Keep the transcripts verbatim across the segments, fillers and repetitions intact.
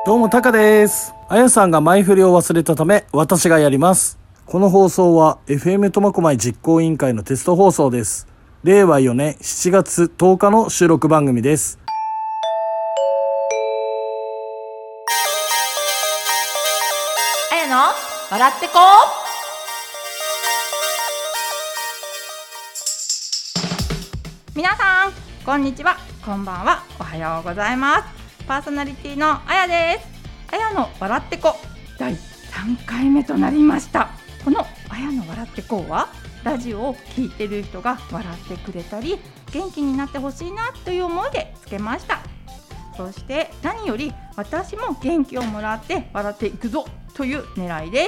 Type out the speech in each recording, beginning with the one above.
どうもタカです。あやさんが前振りを忘れたため私がやります。この放送は エフエム 苫小牧実行委員会のテスト放送です。れいわよねんしちがつとおかの収録番組です。 あやの笑ってこう。皆さんこんにちは、こんばんは、おはようございます。パーソナリティのあやです。あやの笑ってこだいさんかいめとなりました。このあやの笑ってこはラジオを聞いてる人が笑ってくれたり元気になってほしいなという思いでつけました。そして何より私も元気をもらって笑っていくぞという狙いです。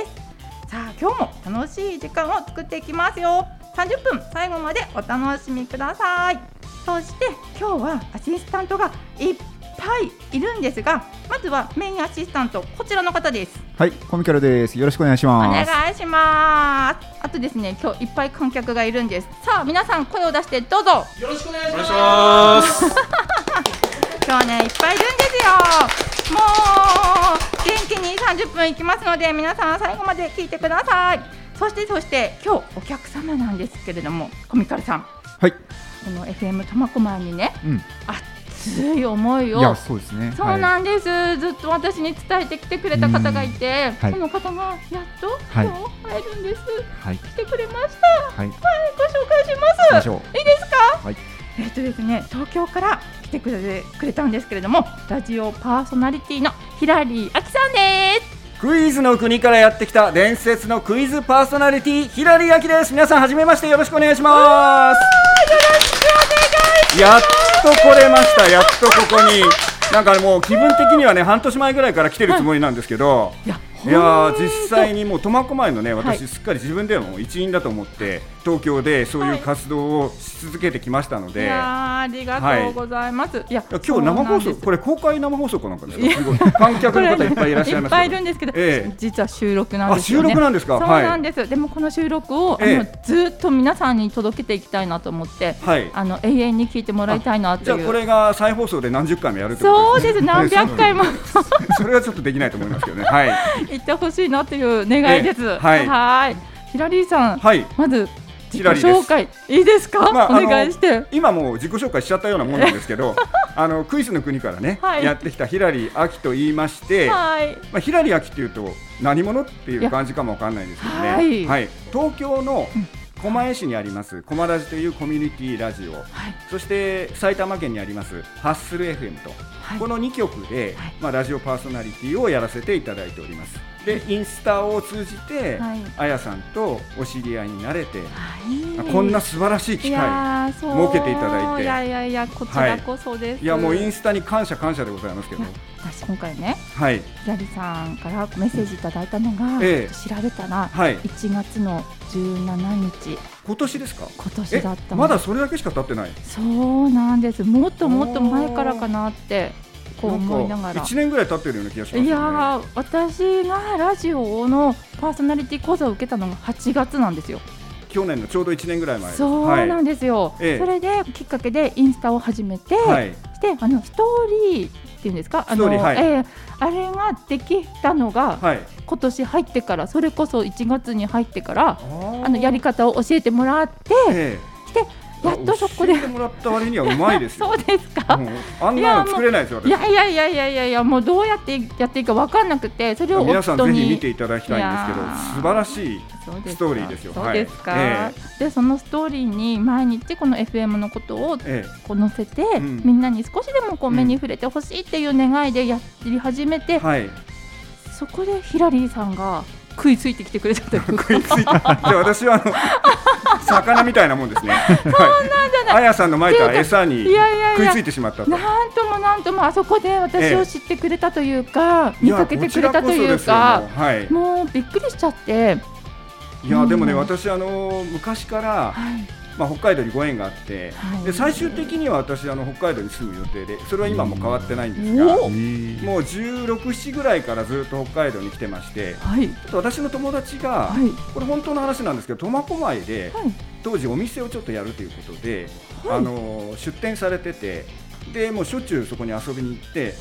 さあ今日も楽しい時間を作っていきますよ。さんじゅっぷん最後までお楽しみください。そして今日はアシスタントがいっぱいいるんですが、まずはメインアシスタント、こちらの方です。 はい、コミカルです。よろしくお願いします。 お願いします。あとですね、今日いっぱい観客がいるんです。さあ皆さん声を出してどうぞ。 よろしくお願いします。 今日ねいっぱいいるんですよ。もう元気にさんじゅっぷんいきますので皆さん最後まで聞いてください。そしてそして今日お客様なんですけれども、コミカルさん、 はい、 この エフエム 苫小牧にね、うん、熱い思いを、 いやそうですね、 そうなんです、はい、ずっと私に伝えてきてくれた方がいて、 はい、 その方がやっとはい、 今日会えるんです、はい、来てくれました、 はい、はい、 ご紹介します。いいですか、はい、えーとですね、東京から来てくれ、くれたんですけれども、ラジオパーソナリティのヒラリーあきさんです。 クイズの国からやってきた伝説のクイズパーソナリティヒラリーあきです。皆さんはじめまして、よろしくお願いします。 よろしくお願いします。 やっと来れました。やっとここになんかもう気分的にはね半年前ぐらいから来てるつもりなんですけど、はい、いやいや実際にもう苫小牧のね、私、はい、すっかり自分でも一員だと思って東京でそういう活動をし続けてきましたので、はい、 いやありがとうございます、はい、いや今日生放送、これ公開生放送かなんかですか。すごい観客の方いっぱいいらっしゃいますけど、 いっぱいいるんですけど、ええ、実は収録なんですよね。 あ、収録なんですか。 そうなんです、はい、でもこの収録を、ええ、あのずっと皆さんに届けていきたいなと思って、はい、あの永遠に聞いてもらいたいなという。 じゃあこれが再放送で何十回もやるってことですね。 そうです、何百回もそれはちょっとできないと思いますけどね、はい、 言ってほしいなという願いです、ええ、はい、はいヒラリーさん、はい、まず自己紹介いいですか、まあ、お願いして。 今もう自己紹介しちゃったようなもんなんですけどあのクイズの国からね、はい、やってきたヒラリーあきと言いまして、はいまあ、ヒラリーあきっていうと何者っていう感じかもわかんないんですけどね、はいはい、東京の狛江市にありますコマラジというコミュニティラジオ、はい、そして埼玉県にありますハッスル エフエム と、はい、このにきょくで、はいまあ、ラジオパーソナリティをやらせていただいております。でインスタを通じて、はい、あやさんとお知り合いになれて、はい、こんな素晴らしい機会設けていただいて、 いやいやいやこちらこそです、はい、 いやもうインスタに感謝感謝でございますけど、 私今回ね、 はい、 ヒラリさんからメッセージいただいたのが、ええ、調べたら、はい、いちがつのじゅうしちにち、 今年ですか。 今年だったまだそれだけしか経ってない。 そうなんです。もっともっと前からかなってこう思いながら、 いちねんぐらい経ってるような気がしますね。 いや私がラジオのパーソナリティ講座を受けたのがはちがつなんですよ。 去年のちょうどいちねんぐらい前。 そうなんですよ、はい、それできっかけでインスタを始めて、はい、してあのストーリーっていうんですか、あの、はいえー、あれができたのが、はい、今年入ってから、それこそいちがつに入ってからあのやり方を教えてもらって、えー、してやっとそこで教えてもらった割にはうまいですよそうですか。 あんなの作れないですよ。 いやいやいやいやいやいや、もうどうやってやっていいか分かんなくて、それを皆さんぜひ見ていただきたいんですけど、素晴らしいストーリーですよ。 そうですか、はいえー、でそのストーリーに毎日この エフエム のことをこう載せて、えーうん、みんなに少しでもこう目に触れてほしいっていう願いでやり始めて、うんはい、そこでヒラリーさんが食いついてきてくれたというか食いついてじゃあ私はあの魚みたいなもんですね。 そうなんじゃない、 あやさんのまいた餌に食いついてしまったと。 なんともなんともあそこで私を知ってくれたというか、ええ、見かけてくれたというか、もう、はい、もうびっくりしちゃって。 いや、うん、でもね私あの昔から、はいまあ、北海道にご縁があって、はい、で最終的には私あの北海道に住む予定で、それは今も変わってないんですが、もうじゅうろく、ななぐらいからずっと北海道に来てまして、はい、ちょっと私の友達が、はい、これ本当の話なんですけど苫小牧で、はい、当時お店をちょっとやるということで、はい、あの出店されてて、でもうしょっちゅうそこに遊びに行って、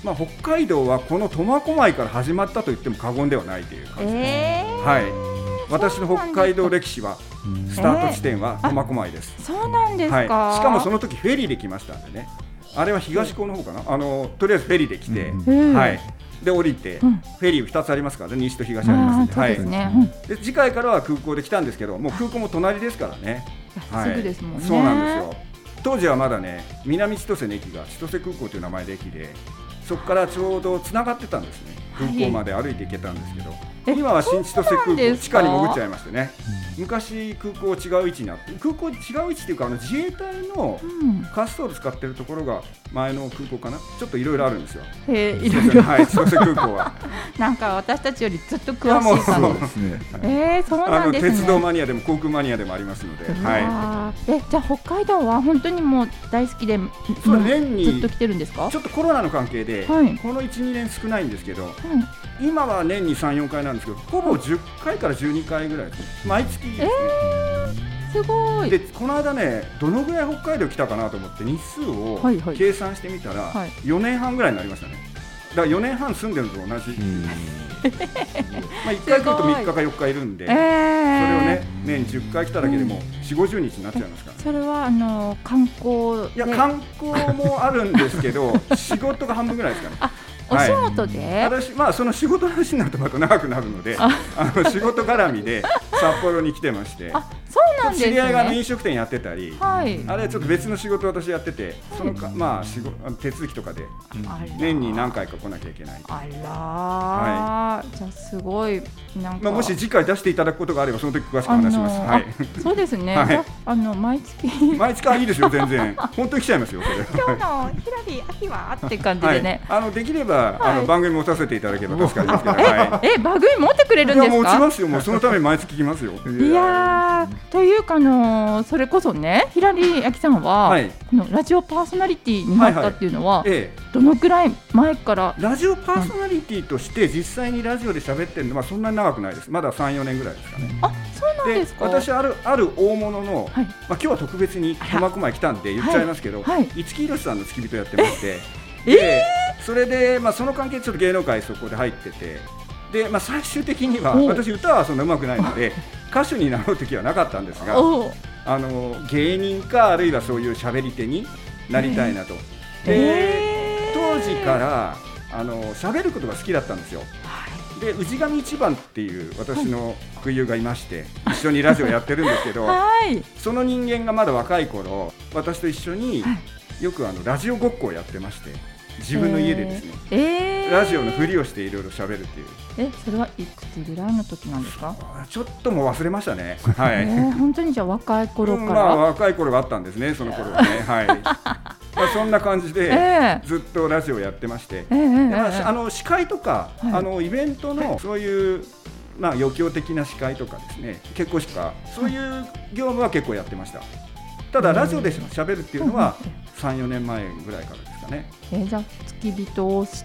まあ、北海道はこの苫小牧から始まったと言っても過言ではないという感じです、 えーはい、私の北海道歴史はスタート地点は苫小牧です、 えー、そうなんですか、 はい、しかもその時フェリーで来ましたんでね、あれは東港の方かな、あのとりあえずフェリーで来て、 うんはい、で降りて、うん、フェリーふたつありますからね、西と東ありますんで、 そうですね、 はい、で次回からは空港で来たんですけど、もう空港も隣ですからね、 はい、すぐですもんね。 そうなんですよ。当時はまだね、南千歳の駅が千歳空港という名前で駅で、そこからちょうどつながってたんですね、空港まで歩いて行けたんですけど、はい、今は新千歳空港、地下に潜っちゃいましてね、うん、昔空港違う位置にあって、空港違う位置というか、あの自衛隊の滑走路使ってるところが前の空港かな、ちょっといろいろあるんですよ。 へえ、いろいろ、 はい、千歳空港はなんか私たちよりずっと詳しい感じですね。えー、そうなんですね。 あの鉄道マニアでも航空マニアでもありますので、はい、 えじゃあ北海道は本当にもう大好きで、 そう年にずっと来てるんですか？ ちょっとコロナの関係で、はい、このいち、にねん少ないんですけど、はい、今は年にさん、よんかいなんですけど、ほぼじゅっかいからじゅうにかいぐらいですね、毎月ですね。 えー、すごい。 でこの間ね、どのぐらい北海道来たかなと思って日数を計算してみたら、はいはい、よねんはんぐらいになりましたね。だからよねんはん住んでるのと同じ、まあいっかい来るとみっかかよっかいるんで、えー、それをね年じゅっかい来ただけでもよんじゅう、ごじゅうにちになっちゃいますから、ね、 それはあの観光で、 いや観光もあるんですけど仕事が半分ぐらいですかね。 あ、お仕事で、はい、 私、まあ、その仕事の話になるとまた長くなるので、あの仕事絡みで札幌に来てまして、 あ、そうなんですね。 知り合いが飲食店やってたり、 はい、 あれはちょっと別の仕事を私やってて、そのか、まあ、仕事手続きとかで年に何回か来なきゃいけない。 あら、はい、じゃあすごいなんか、 まあ、もし次回出していただくことがあればその時詳しくお話します、はい、 そうですね、はい、じゃあ、あの毎月毎月はいいですよ、全然本当に来ちゃいますよ、それ今日のひらり秋はって感じでね、 はい、あのできれば、はい、あの番組持たせていただければ助かりますけど、はい、 ええ番組持ってくれるんですか？ いや持ちますよ、もうそのために毎月来ますよ。 いやー、というか、あのそれこそね、ひらりあきさんは、はい、このラジオパーソナリティになったっていうのは、はいはい、ええ、どのくらい前から？ ラジオパーソナリティとして実際にラジオで喋ってるのはそんなに長くないです。まださん、よねんぐらいですかね。 あ、そうなんですか。 で私あるある大物の、はい、まあ、今日は特別に苫小牧来たんで言っちゃいますけど、はいはい、五木ひろしさんの付き人やってましてで、えー、それで、まあ、その関係でちょっと芸能界そこで入ってて、で、まあ、最終的には私歌はそんな上手くないので歌手になろう時はなかったんですが、あの芸人かあるいはそういう喋り手になりたいなと、えー、で当時からあの喋ることが好きだったんですよ。で氏神一番っていう私の空友がいまして、はい、一緒にラジオやってるんですけど、はい、その人間がまだ若い頃私と一緒によくあのラジオごっこをやってまして、自分の家でですね、えー、ラジオのふりをしていろいろ喋るっていう。 え、それはいくつぐらいの時なんですか？ ちょっともう忘れましたね。はい、 えー、本当にじゃあ若い頃から、うん、まあ、若い頃があったんですね、その頃はね。はい、まあ、そんな感じで、えー、ずっとラジオやってまして、えーまあ、あの司会とか、はい、あのイベントのそういう、まあ、余興的な司会とかですね、結婚式とかそういう業務は結構やってました。ただラジオで喋るっていうのはさん、よねんまえぐらいからですかね。 えー、じゃあ付き人をして、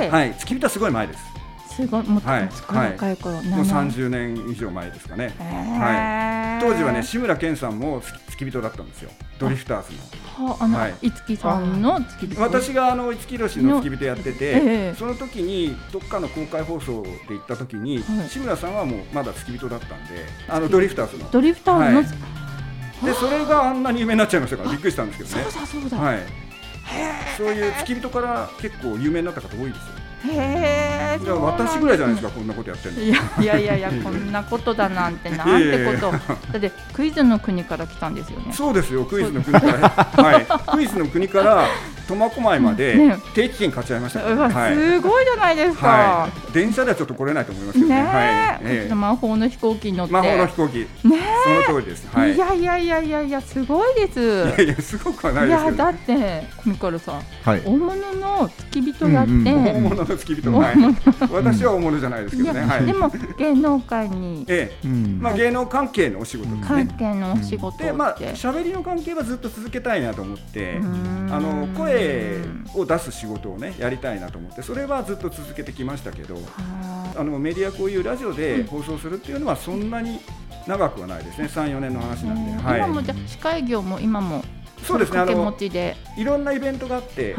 はい、付き人はすごい前です。 すごい、もっと若い頃、はい、 もうさんじゅうねん以上前ですかね。はい、当時はね、志村けんさんも付き人だったんですよ、ドリフターズの。はあ、あの、はい、五木さんの付き人。 私があの五木ひろしの付き人やってて、えー、その時にどっかの公開放送で行った時に、はい、志村さんはもうまだ付き人だったんで、あのドリフターズの。 ドリフターズの、はい、 でそれがあんなに有名になっちゃいましたからびっくりしたんですけどね。 そうだそうだ、 はい、そういう付き人から結構有名になった方多いですよ。 へー、 私ぐらいじゃないですか、こんなことやってるの。 いやいやいやいやこんなことだなんてなんてことだってクイズの国から来たんですよね。 そうですよ、クイズの国からはい、クイズの国から苫小牧まで定期券買っちゃいました、ね、はい、 すごいじゃないですか、 はい、電車ではちょっと来れないと思いますけどね。 ね、はい、えー、魔法の飛行機に乗って。 魔法の飛行機、ね、その通りです、はい、 いやいやいやいやいやすごいです。 いやいやすごくはないですけど、 いやだって国からさ、はい、大物の付き人やって、うんうん、 大物の付き人、はい、私は大物じゃないですけどね、はい、 でも芸能界に、 ええ、まあ、芸能関係のお仕事ですね。 関係のお仕事で、まあ、喋りの関係はずっと続けたいなと思って、あの声を出す仕事をねやりたいなと思って、それはずっと続けてきましたけど、あのメディアこういうラジオで放送するっていうのはそんなに長くはないですね。さん、よねんの話なんで、はい、 今もじゃ司会業も今もそうですね、 掛け持ちでいろんなイベントがあって、はい、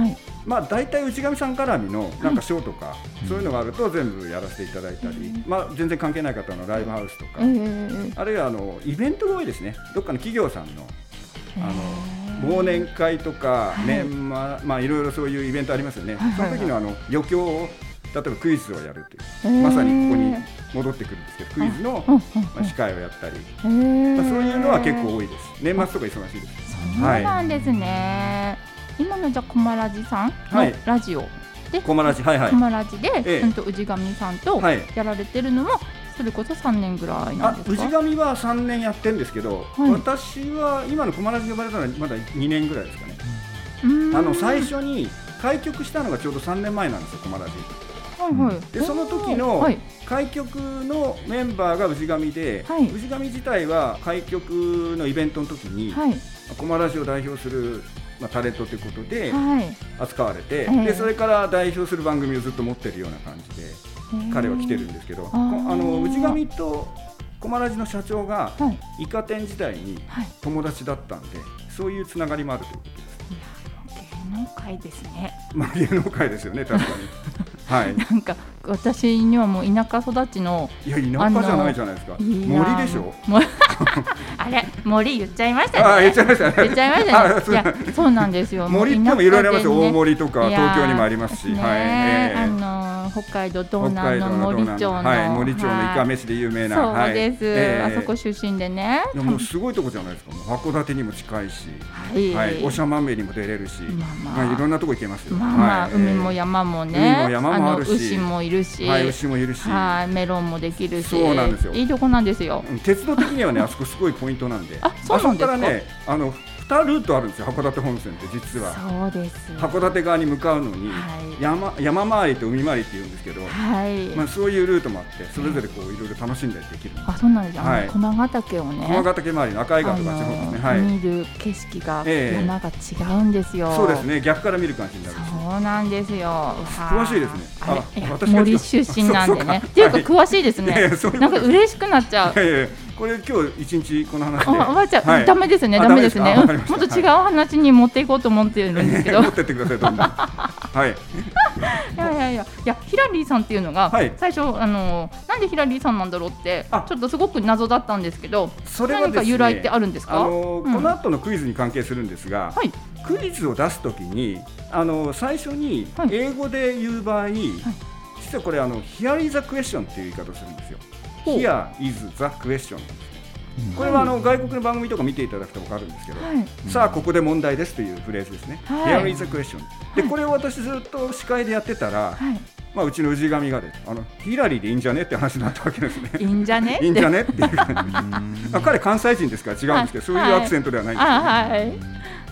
まあ、大体内上さん絡みのなんかショーとか、はい、そういうのがあると全部やらせていただいたり、うんまあ、全然関係ない方のライブハウスとか、えー、あるいはあのイベントが多いですね。どっかの企業さんの、あの忘年会とか年末、はい、まあ、いろいろそういうイベントありますよね、はいはいはい、その時のあの余興を例えばクイズをやるという、えー、まさにここに戻ってくるんですけどクイズの、まあ、司会をやったり、えーまあ、そういうのは結構多いです。年末とか忙しいです。 そうなんですね、はい、今のじゃコマラジさんのラジオ、はい、でコマラジ、はいはい、 コマラジで、ええ、うんと氏神さんとやられてるのもそれこそさんねんぐらいなんですか？ 氏神はさんねんやってるんですけど、はい、私は今のコマラジ呼ばれたのはまだにねんぐらいですかね。あの最初に開局したのがちょうどさんねんまえなんですよ、コマラジ。はいはい、でその時の開局のメンバーが氏神で、はい、氏神自体は開局のイベントの時に、はい、コマラジを代表する、まあ、タレントということで扱われて、はい、でそれから代表する番組をずっと持ってるような感じで、えー、彼は来てるんですけど、あの氏神とコマラジの社長がイカ天時代に友達だったんで、はい、そういうつながりもあるということです。 芸能界ですね。 まあ、芸能界ですよね、確かにはい、 なんか私にはもう田舎育ちの、 いや田舎じゃないじゃないですか、森でしょあれ森言っちゃいましたね。 あ言っちゃいましたね。 言っちゃいましたね。いやそうなんですよ。 森ってもいろいろありますよ。大森とか東京にもありますし、 ね、はい、えー、あの北海道道南の森町の、 はい、森町のイカ飯で有名な、 はい、そうです、えー、あそこ出身でね。 いやもうすごいとこじゃないですか。もう函館にも近いし、はいはい、長万部にも出れるし、まあまあまあ、いろんなとこ行けますよ。 まあまあ、はい、海も山もね、 海も山もあるし、 あの牛もいるし、 はい、牛もいるし、 はい、メロンもできるし、 そうなんですよ。 いいとこなんですよ。 鉄道的にはね、あそこすごいポイントなんで、 あ、そうなんですか。 あそこからね、あのにルートあるんですよ、函館本線って実は。 そうです。 函館側に向かうのに、はい、山, 山回りと海回りって言うんですけど、はい、まあ、そういうルートもあってそれぞれこういろいろ楽しんだりできる。 あ、そうなんですよ、はい、駒ヶ岳をね、 駒ヶ岳周りの赤い川とか地方ですね、はい、 見る景色が、えー、山が違うんですよ。 そうですね、逆から見る感じになる。 そうなんですよ。 詳しいですね。 あれ、私森出身なんでね。っていうか詳しいですね。いやいや、なんか嬉しくなっちゃう。 いやいや、これ今日一日この話で、 あ、おばあちゃん、はい、ダメですね、ダメですね。もっと違う話に持っていこうと思ってるんですけど。 持ってってください、どんどん。はい。 いやいやいや、いやヒラリーさんっていうのが、はい、最初あのなんでヒラリーさんなんだろうってちょっとすごく謎だったんですけど、 それはですね、 何か由来ってあるんですか？ あの、うん、この後のクイズに関係するんですが、はい、クイズを出すときにあの最初に英語で言う場合、はい、実はこれあの Here is the question っていう言い方をするんですよ。Here is the question なんですね。これはあの外国の番組とか見ていただくと分かるんですけど、はい、さあここで問題ですというフレーズですね、はい、Here is the question、はい、でこれを私ずっと司会でやってたら、はい、まあ、うちの氏神がであのヒラリーでいいんじゃねって話になったわけですね。 いいんじゃねいいんじゃねっていうあ、彼関西人ですから違うんですけど、そういうアクセントではないんですけど、はい、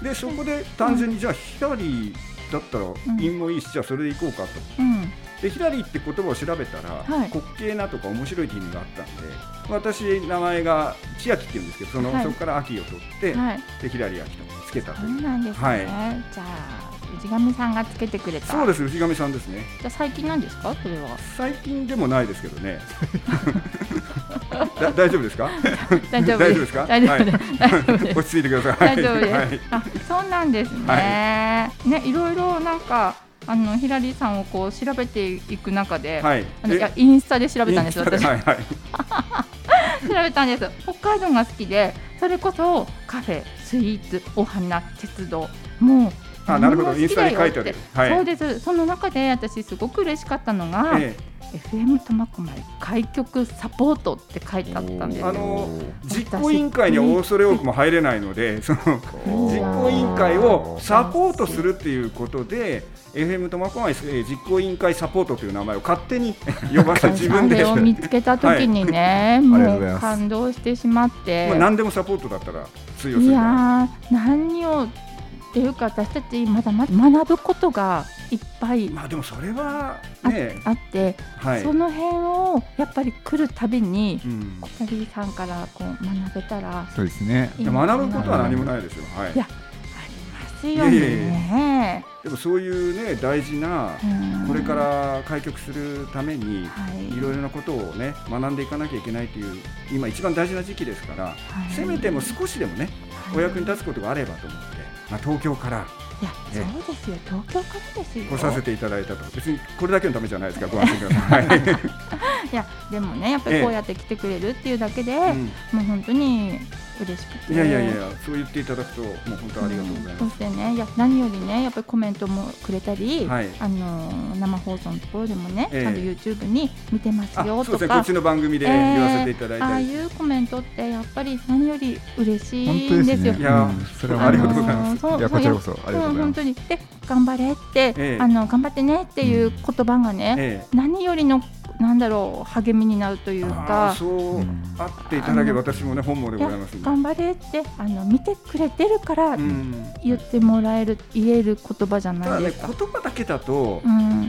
でそこで単純にじゃあヒラリーだったら韻もいいし、じゃあそれでいこうかと、うん、でヒラリーって言葉を調べたら、はい、滑稽なとか面白いって意味があったんで、私名前が千秋って言うんですけど、その、はい、そこから秋を取って、はい、でヒラリー秋とつけたという。 そうなんですね、はい、じゃあ氏神さんがつけてくれた。 そうです、氏神さんですね。 じゃあ最近なんですか、それは。 最近でもないですけどね大丈夫ですか大丈夫ですか、 大丈夫です、はい、落ち着いてください。 大丈夫です、はい、あ、そうなんですね、はい、ね、いろいろなんかあのヒラリーさんをこう調べていく中で、はい、あのいやインスタで調べたんですよ、私、はいはい、調べたんです。北海道が好きで、それこそカフェ、スイーツ、お花、鉄道、もうあ、なるほど、インスタに書いてある、 はい、そうです。その中で私すごく嬉しかったのが、ええ、エフエム 苫小牧開局サポートって書いてあったんです。 あの実行委員会には恐れ多くも入れないので、その実行委員会をサポートするっていうことで エフエム 苫小牧実行委員会サポートという名前を勝手に呼ばせ自分でそれを見つけた時にね、はい、もう感動してしまって、 まあ、何でもサポートだったら通用する。いや何をっていうか、私たちまだまだ学ぶことがいっぱい、 まあでもそれは、 ね、あ, あって、はい、その辺をやっぱり来るたびに、うん、ヒラリーさんからこう学べたら、 そうですね、 いい学ぶことは何もないですよ、はい、 いや、ありますよね。いやいやいや、 でもそういうね、大事なこれから開局するために、はい、いろいろなことをね学んでいかなきゃいけないという今一番大事な時期ですから、はい、せめても少しでもね、はい、お役に立つことがあればと思って、まあ、東京からいや、そうですよ、東京からですよ。 来させていただいたと。別にこれだけのためじゃないですか、ご安心ください。 いや、でもね、やっぱりこうやって来てくれるっていうだけで、ええ、もう本当に嬉しくて。 いやいやいや、そう言っていただくともう本当ありがとうございます。 うん、そしてね、いや何よりね、やっぱりコメントもくれたり、はい、あの生放送のところでもね、ええ、ちゃんと YouTube に見てますよとか、 そうですね、こっちの番組で言わせていただいたり、 えー、ああいうコメントってやっぱり何より嬉しいんですよ。 本当ですね。いや、うん、それはありがとうございます。いや、こちらこそありがとうございます。 本当にで、頑張れって、えー、あの頑張ってねっていう言葉がね、えー、何よりのなんだろう、励みになるというか、 そうあっていただけ、私もね、本望でございます、ね、 頑張れってあの見てくれてるから言ってもらえる、言える言葉じゃないですか。 ただね、言葉だけだと、うん、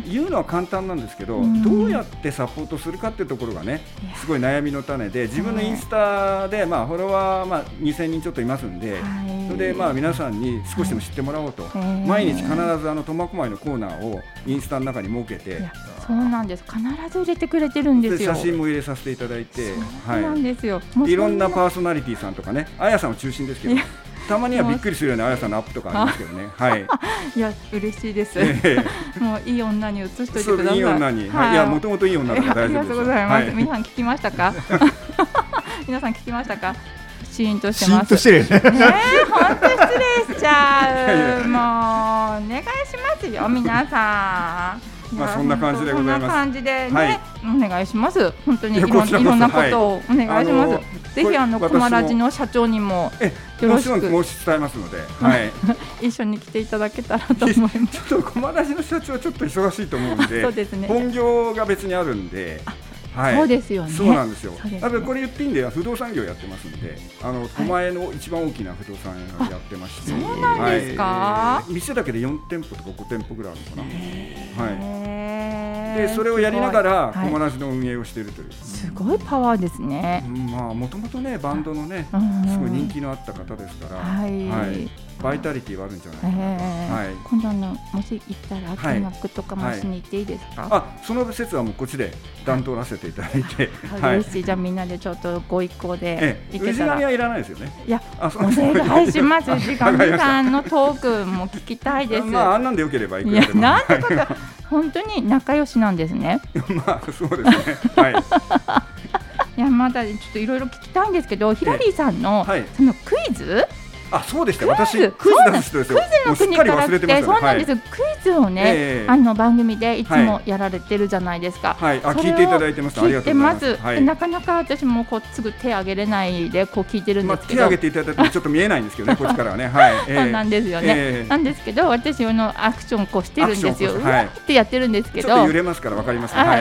言うのは簡単なんですけど、うん、どうやってサポートするかっていうところがね、すごい悩みの種で、自分のインスタで、まあ、フォロワー、まあ、にせんにんちょっといますんで、はい、それでまあ皆さんに少しでも知ってもらおうと、はい、毎日必ずあの苫小牧のコーナーをインスタの中に設けて、 そうなんです、必ず入れてくれてるんですよ。 写真も入れさせていただいて、 そうなんですよ、 はい、いろんなパーソナリティさんとかね、あやさんを中心ですけど、たまにはびっくりするようなあやさんのアップとかありますけどね、はい、 いや嬉しいです、えー、もういい女に移しといてください。 いい女に、はい、いや、もともといい女だから大丈夫です。ありがとうございます、 はい、皆さん聞きましたか皆さん聞きましたか。シーンとしてます。 シーンとしてるね、本当失礼しちゃう。もうお願いしますよ、皆さん。 まあそんな感じでございます。 そんな感じでね、はい、お願いします。本当にいろんなことをお願いします。はい、ぜひあのコマラジの社長にもよろしく申し伝えますので、はい、 一緒に来ていただけたらと思います。 ちょっとコマラジの社長はちょっと忙しいと思うんで、 そうですね、 本業が別にあるんで。はい、 そうですよね。 そうなんですよ。ね、これ言っていいんで、不動産業やってますんで、あの狛江の一番大きな不動産屋をやってまして、 そうなんですか。 はい、店だけでよんてんぽとかごてんぽぐらいあるのかな。はい。でそれをやりながらコマラジの運営をしているという、 すごいパワーですね。 まあもともとね、バンドのね、すごい人気のあった方ですから、はい、はい、バイタリティはあるんじゃないかな、えーはい、 今度あのもし行ったら見学とかもしに行っていいですか。はいはい、あ、その説はもうこっちで段取らせていただいて、 はい、嬉しい。じゃあみんなでちょっとご一行で行けたら。 氏神はいらないですよね。 いや、お願いします。氏神さんのトークも聞きたいです。 まああんなんでよければいくらでも。 いや、なんてことか本当に仲良しなんですね。 まあそうですね。はい。 いや、まだちょっといろいろ聞きたいんですけど、ヒラリーさんのそのクイズ。 あ、そうでした。私クイズ出す人ですよ。 クイズの国からって、そうなんです。クイズをね、あの番組でいつもやられてるじゃないですか。 はい。あ、聞いていただいてます。ありがとうございます。 聞いてます。なかなか私もこうすぐ手挙げれないでこう聞いてるんですけど、 手挙げていただいてちょっと見えないんですけどね、こっちからはね。はい。 そうなんですよね。なんですけど、私のアクションこうしてるんですよ。うわってやってるんですけど、 ちょっと揺れますからわかります。 はい。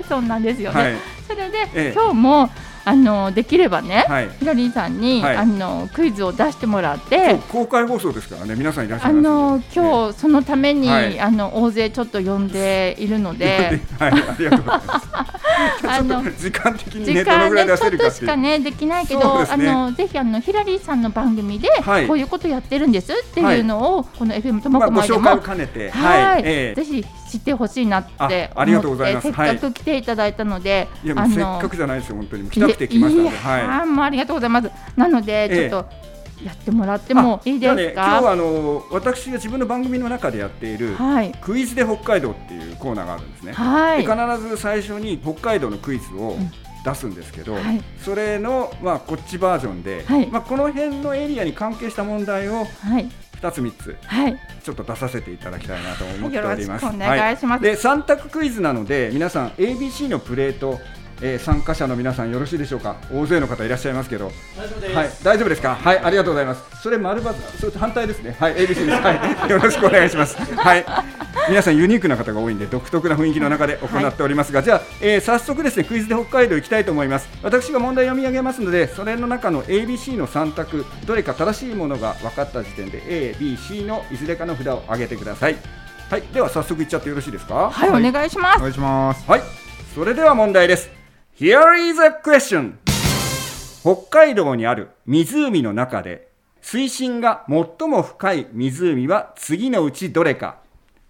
そうなんですよね。それで今日もあのできればね、はい、ヒラリーさんに、はい、あのクイズを出してもらって、 公開放送ですからね、皆さんいらっしゃいます。 あの今日そのために、はい、あの大勢ちょっと呼んでいるので、 はい、ありがとうございます。あの時間的にね、どのぐらい出せるかっていう、 ちょっとしかねできないけど、ね、あのぜひあのヒラリーさんの番組で、はい、こういうことやってるんですっていうのを、はい、この エフエム 苫小牧でも、 まあ、ご紹介を兼ねて、 はい、えー、ぜひ知ってほしいなって思って、せっかく来ていただいたので、 いやもうせっかくじゃないですよ、本当に来たくて来ましたので、はい、 あ、もうありがとうございます。なのでちょっと、えー、やってもらってもいいですか。 ね、今日はあの私が自分の番組の中でやっている、はい、クイズで北海道っていうコーナーがあるんですね。はい、で必ず最初に北海道のクイズを出すんですけど、うん、はい、それの、まあ、こっちバージョンで、はい、まあ、この辺のエリアに関係した問題を、はい、ふたつみっつ、はい、ちょっと出させていただきたいなと思っております。 よろしくお願いします。 はい、でさん択クイズなので皆さん エービーシー のプレート、えー、参加者の皆さんよろしいでしょうか。大勢の方いらっしゃいますけど、 大丈夫です。 はい、大丈夫ですか。はい、ありがとうございます。それ丸バツ、それと反対ですね。はい、エービーシー です。はい、よろしくお願いします。はい、皆さんユニークな方が多いんで独特な雰囲気の中で行っておりますが、はい、じゃあ、えー、早速ですね、クイズで北海道行きたいと思います。私が問題読み上げますので、それの中の エービーシー のさん択どれか正しいものが分かった時点で エービーシー のいずれかの札を上げてください。はい、では早速いっちゃってよろしいですか。 はい、はい、お願いします。 お願いします。 はい、それでは問題です。Here is a question。 北海道にある湖の中で水深が最も深い湖は次のうちどれか。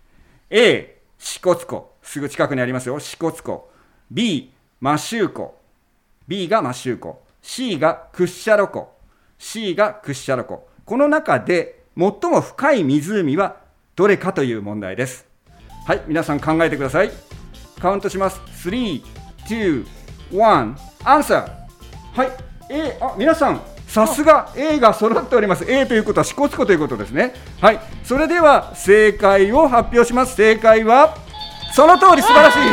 A 支笏湖、すぐ近くにありますよ、支笏湖。 B 摩周湖、 B が摩周湖、 C が屈斜路湖、 C が屈斜路湖。この中で最も深い湖はどれかという問題です。はい、皆さん考えてください。カウントします。スリー、ツー、ワン、アンサー。はい、A、あ、皆さんさすが A が揃っております。 A ということは支笏湖ということですね。はい、それでは正解を発表します。正解はその通り、素晴らしい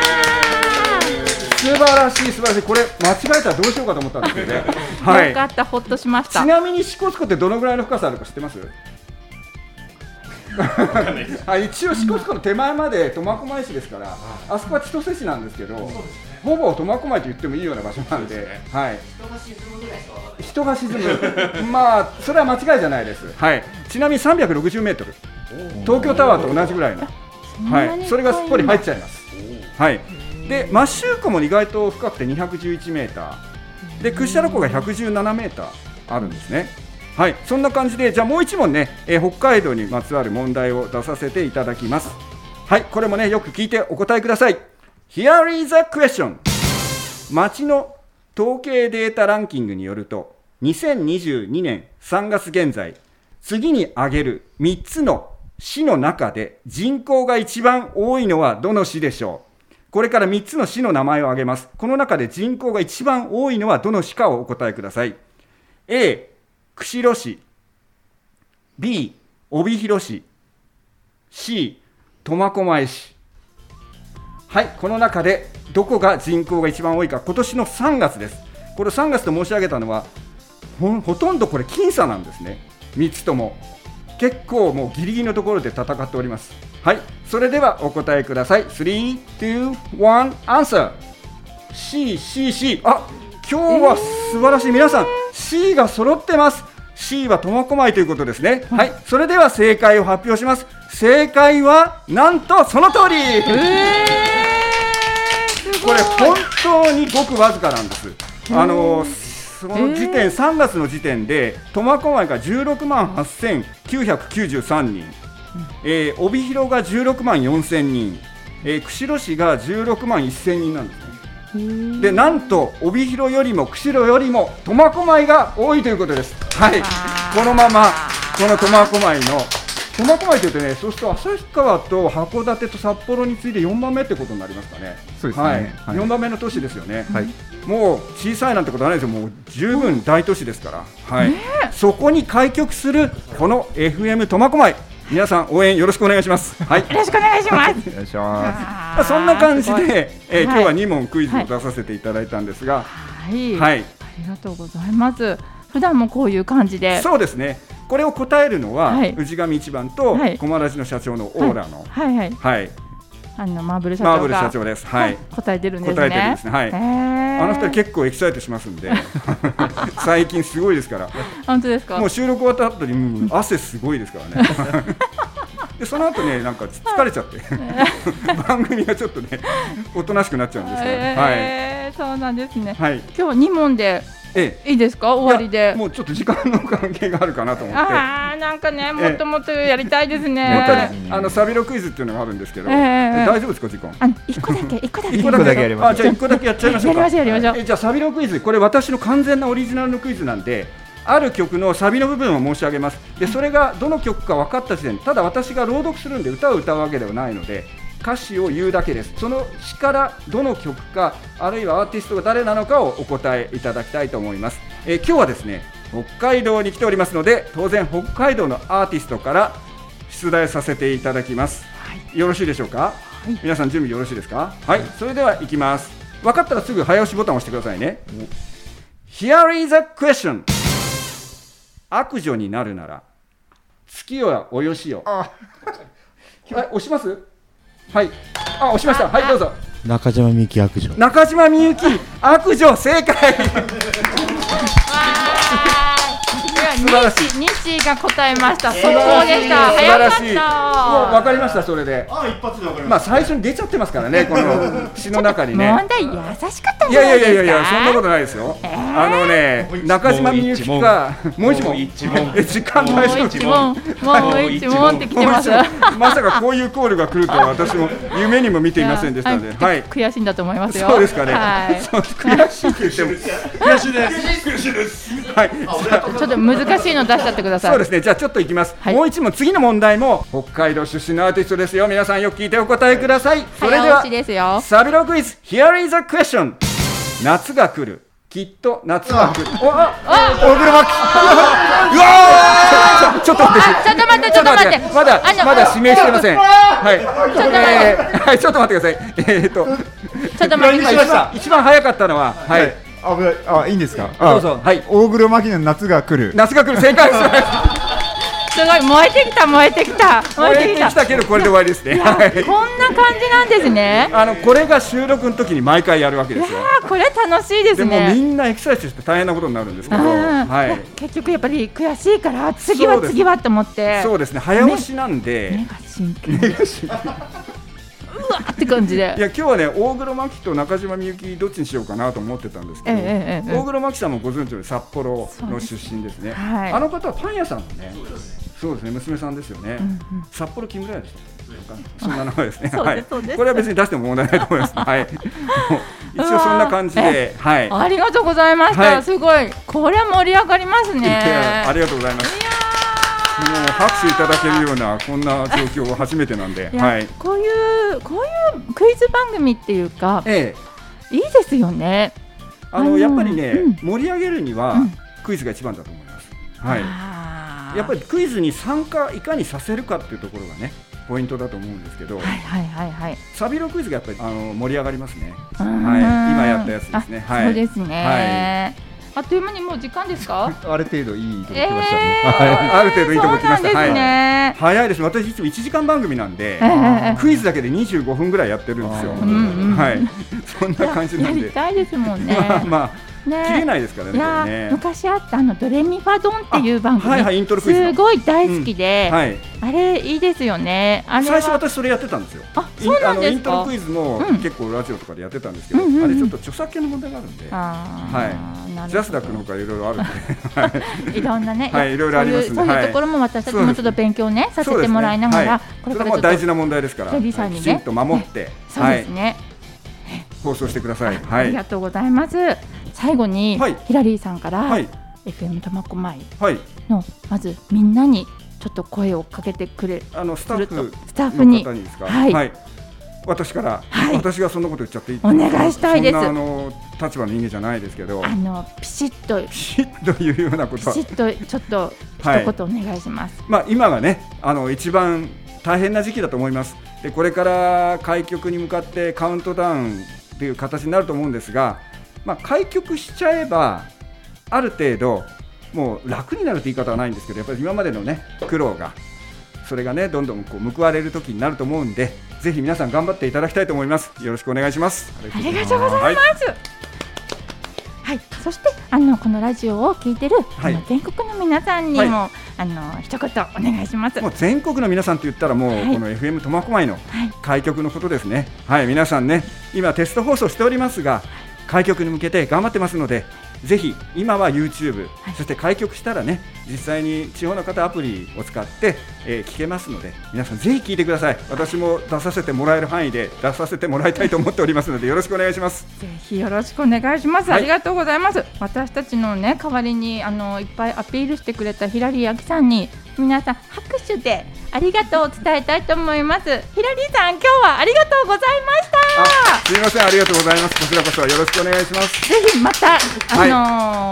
素晴らしい素晴らしい。これ間違えたらどうしようかと思ったんですけどね。はい、 よかった、ほっとしました。 ちなみに支笏湖ってどのぐらいの深さあるか知ってます？あ、一応支笏湖の手前まで苫小牧市ですから、あそこは千歳市なんですけど、ほぼ苫小牧と言ってもいいような場所なんで、はい、人が沈むぐらいしか分かんない。人が沈むまあそれは間違いじゃないです。はい、ちなみにさんびゃくろくじゅうメートル、東京タワーと同じぐらいの、はい、それがすっぽり入っちゃいます。はい、で摩周湖も意外と深くてにひゃくじゅういちメーターで、屈斜路湖がひゃくじゅうななメーターあるんですね。はい、そんな感じで、じゃあもう一問ね、えー、北海道にまつわる問題を出させていただきます。はい、これもねよく聞いてお答えください。 Here is a question。 町の統計データランキングによると、にせんにじゅうにねんさんがつ現在、次に挙げるみっつの市の中で人口が一番多いのはどの市でしょう。これからみっつの市の名前を挙げます。この中で人口が一番多いのはどの市かをお答えください。 A、釧路市、 B、帯広市、 C、苫小牧市。はい、この中でどこが人口が一番多いか、今年のさんがつです。これさんがつと申し上げたのは ほ, ほとんどこれ僅差なんですね。みっつとも結構もうギリギリのところで戦っております。はい、それではお答えください。スリー、ツー、ワン、アンサー。 C、C、C。 あ、今日は素晴らしい、皆さん C が揃ってます。 C は苫小牧ということですね。はい、それでは正解を発表します。正解はなんとその通り、えー、これ本当にごくわずかなんです。あのその時点、えー、さんがつの時点で苫小牧がじゅうろくまんはっせんきゅうひゃくきゅうじゅうさんにん、えー、帯広がじゅうろくまんよんせんにん、えー、釧路市がじゅうろくまんせんにんなんですね。でなんと帯広よりも釧路よりも苫小牧が多いということです。はい、このままこの苫小牧の苫小牧というとね、そうすると旭川と函館と札幌に次いでよんばんめってことになりますかね。 そうですね、 はいはい、よんばんめの都市ですよね。 はい、 もう小さいなんてことはないですよ。もう十分大都市ですから、はい、そこに開局するこの エフエム 苫小牧、皆さん応援よろしくお願いします。はい、よろしくお願いします。 お願いします。 そんな感じで、えー、今日はに問クイズを出させていただいたんですが、 はい、はい、ありがとうございます。普段もこういう感じで。 そうですね、これを答えるのは、はい、氏神一番とコマラジの社長のオーラの、 はいはいはいはい、あのマーブル社長がマーブル社長です、はい、答えてるんですね。 答えてるんですね、はい、あの人は結構エキサイトしますんで最近すごいですから。 本当ですか。 もう収録終わった後に、うん、汗すごいですからねでその後ね、なんか疲れちゃって番組がちょっとねおとなしくなっちゃうんですけど、 えーはい、そうなんですね、はい、今日はに問でええ、 いいですか、終わりで。 もうちょっと時間の関係があるかなと思って。 あー、なんかね、もっともっとやりたいですね。 またね、あのサビロクイズっていうのがあるんですけど、えー、大丈夫ですか時間。 あ、一個だけ、一個だけ、 一個だけやります。あ、じゃあ一個だけやっちゃいましょうか。 やりましょう、やりましょう。 え、じゃあサビロクイズ、これ私の完全なオリジナルのクイズなんで、ある曲のサビの部分を申し上げます。で、それがどの曲か分かった時点で、ただ私が朗読するんで歌を歌うわけではないので、歌詞を言うだけです。その詩からどの曲か、あるいはアーティストが誰なのかをお答えいただきたいと思います。えー、今日はですね、北海道に来ておりますので、当然北海道のアーティストから出題させていただきます。はい、よろしいでしょうか。はい、皆さん準備よろしいですか。はい、それではいきます。分かったらすぐ早押しボタンを押してくださいね。Here is a question。 悪女になるなら月夜やおよしよ。あ、はい、押します。はい、あ、押しました。はい、どうぞ。 中島みゆき悪女。 中島みゆき悪女、正解素晴らしい。 西が答えました。そこでした。早かった。もう分かりました。それで。 あ、一発で分かりました。 まあ最初に出ちゃってますからね、この詩の中にね。 問題優しかったんじゃないですか。 いやいやいやいや、そんなことないですよ。あのね、中島みゆきか、もう一問。え、時間大丈夫。 もう一問、もう一問って来てます。 まさかこういうコールが来るとは私も夢にも見ていませんでしたので、はい。 悔しいんだと思いますよ。 そうですかね。悔しいって言っても。 悔しいです。 悔しいです。はい。 ちょっと難難しいの出しちゃってください。 そうですね、じゃあちょっといきます、はい、もう一問、次の問題も北海道出身のアーティストですよ。皆さんよく聞いてお答えください。それではサビロクイズ Here is a question。 夏が来る、きっと夏が来る。おあ大黒摩季。うわちょっと待って、 ちょっと待ってちょっと待って、 まだまだ指名してません。はい、ちょっと待って、はい、ちょっと待ってください。えーとちょっと待ってください。一番早かったのは、はい、 あ、いいんですか。 どうぞ。はい、 大黒摩季の夏が来る。 夏が来る、正解です。 すごい燃えてきた燃えてきた燃えてきたけどこれで終わりですね。 こんな感じなんですね。 あのこれが収録の時に毎回やるわけですよ。 いやこれ楽しいですね。 でもみんなエクササイズして大変なことになるんですけど、はい、 結局やっぱり悔しいから次は次はと思って。 そうですね、早押しなんで目が真剣目が真剣うわって感じで。 いや今日はね、大黒摩季と中島みゆきどっちにしようかなと思ってたんですけど、ええええ、大黒摩季さんもご存知の札幌の出身ですね。はい、あの方はパン屋さんのね、そうですね、娘さんですよね。うんうん、札幌木村屋でしたっけ、そんな名前ですね。はい、これは別に出しても問題ないと思います。はい、一応そんな感じで、はい、 ありがとうございました。はい、すごい、これは盛り上がりますね。 ありがとうございます。もう拍手いただけるようなこんな状況は初めてなんで、はい、 こういうこういうクイズ番組っていうか、ええ、いいですよね。 あのやっぱりね、うん、盛り上げるには、うん、クイズが一番だと思います。はい、やっぱりクイズに参加いかにさせるかっていうところがねポイントだと思うんですけど、はいはいはいはい、サビロクイズがやっぱりあの盛り上がりますね。はい、今やったやつですね。はい、 そうですね。はい、あっという間にもう時間ですか？ ある程度いいとこ来ましたね。 えー、ある程度いいとこ来ました。 そうなんですね。 はい、早いです。私いつもいちじかん番組なんで、えー、クイズだけでにじゅうごふんぐらいやってるんですよ。うんうん、はい、そんな感じなんで。 やりたいですもんね。 まあまあ。ね、切れないですからね。いやね、昔あったあのドレミファドンっていう番組、はいはい、イントロクイズすごい大好きで、うんはい、あれいいですよね。あれ最初私それやってたんですよ。 あ、そうなんですか。 イントロクイズも結構ラジオとかでやってたんですけど、うんうんうん、あれちょっと著作権の問題があるんで、はい、ジャスダックのほかいろいろあるんで、 いろんなね、 はい、いろいろありますんで、 そういうところも私たちもちょっと勉強ねさせてもらいながら、 これからちょっと大事な問題ですから、きちんと守って、 そうですね。 放送してください。はい、 ありがとうございます。最後に、はい、ヒラリーさんから、はい、エフエム 苫小牧の、はい、まずみんなにちょっと声をかけてくれあのスタッフスタッフに、 はいはい、私から、はい、私がそんなこと言っちゃっていい？ お願いしたいです。 そんなあの立場の人間じゃないですけど、 あのピシッとピシッというようなことはピシッとちょっと一言お願いします。 はい、まあ今がねあの一番大変な時期だと思います。でこれから開局に向かってカウントダウンという形になると思うんですが、まあ、開局しちゃえばある程度もう楽になるって言い方はないんですけど、やっぱり今までのね苦労がそれがねどんどんこう報われる時になると思うんで、ぜひ皆さん頑張っていただきたいと思います。よろしくお願いします。 ありがとうございます。はいはい、そしてあのこのラジオを聞いてる、はい、あの全国の皆さんにも、はい、あの一言お願いします。 もう全国の皆さんと言ったらもう、はい、この エフエム 苫小牧の開局のことですね。はい、皆さんね今テスト放送しておりますが、開局に向けて頑張ってますので、ぜひ今は YouTube、はい、そして開局したらね実際に地方の方アプリを使って、えー、聞けますので、皆さんぜひ聞いてください。私も出させてもらえる範囲で出させてもらいたいと思っておりますのでよろしくお願いします。 ぜひよろしくお願いします。はい、ありがとうございます。私たちのね代わりにあのいっぱいアピールしてくれたヒラリーあきさんに皆さん拍手でありがとうを伝えたいと思います。ヒラリーさん今日はありがとうございました。 あ、すみません、ありがとうございます。こちらこそよろしくお願いします。 ぜひまたあのーはい、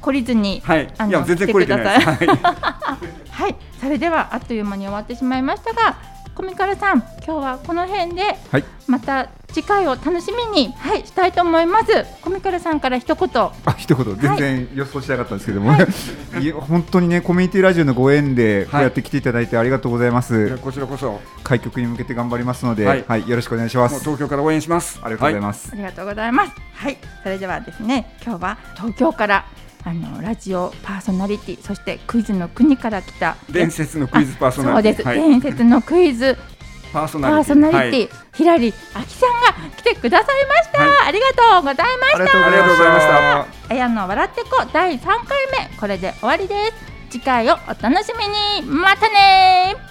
懲りずに、 はい、 あのいや全然懲りてないです。はい、 はい、それではあっという間に終わってしまいましたが、コミカルさん今日はこの辺で、はい、また次回を楽しみに、はい、したいと思います。コミカルさんから一言。 あ、一言、全然予想しなかったんですけども、はい、いや本当にねコミュニティラジオのご縁でこうやって来ていただいてありがとうございます。 はい、こちらこそ開局に向けて頑張りますので、はいはい、よろしくお願いします。 もう東京から応援します。 ありがとうございます。 はい、ありがとうございます。はい、それではですね、今日は東京からあのラジオパーソナリティ、そしてクイズの国から来た伝説のクイズパーソナリティ、 そうです、はい、伝説のクイズパーソナリティ、 ナリティ、はい、ヒラリーあきさんが来てくださいました。はい、ありがとうございました。 ありがとうございました。 あやの笑ってこだいさんかいめ、これで終わりです。次回をお楽しみに。またね。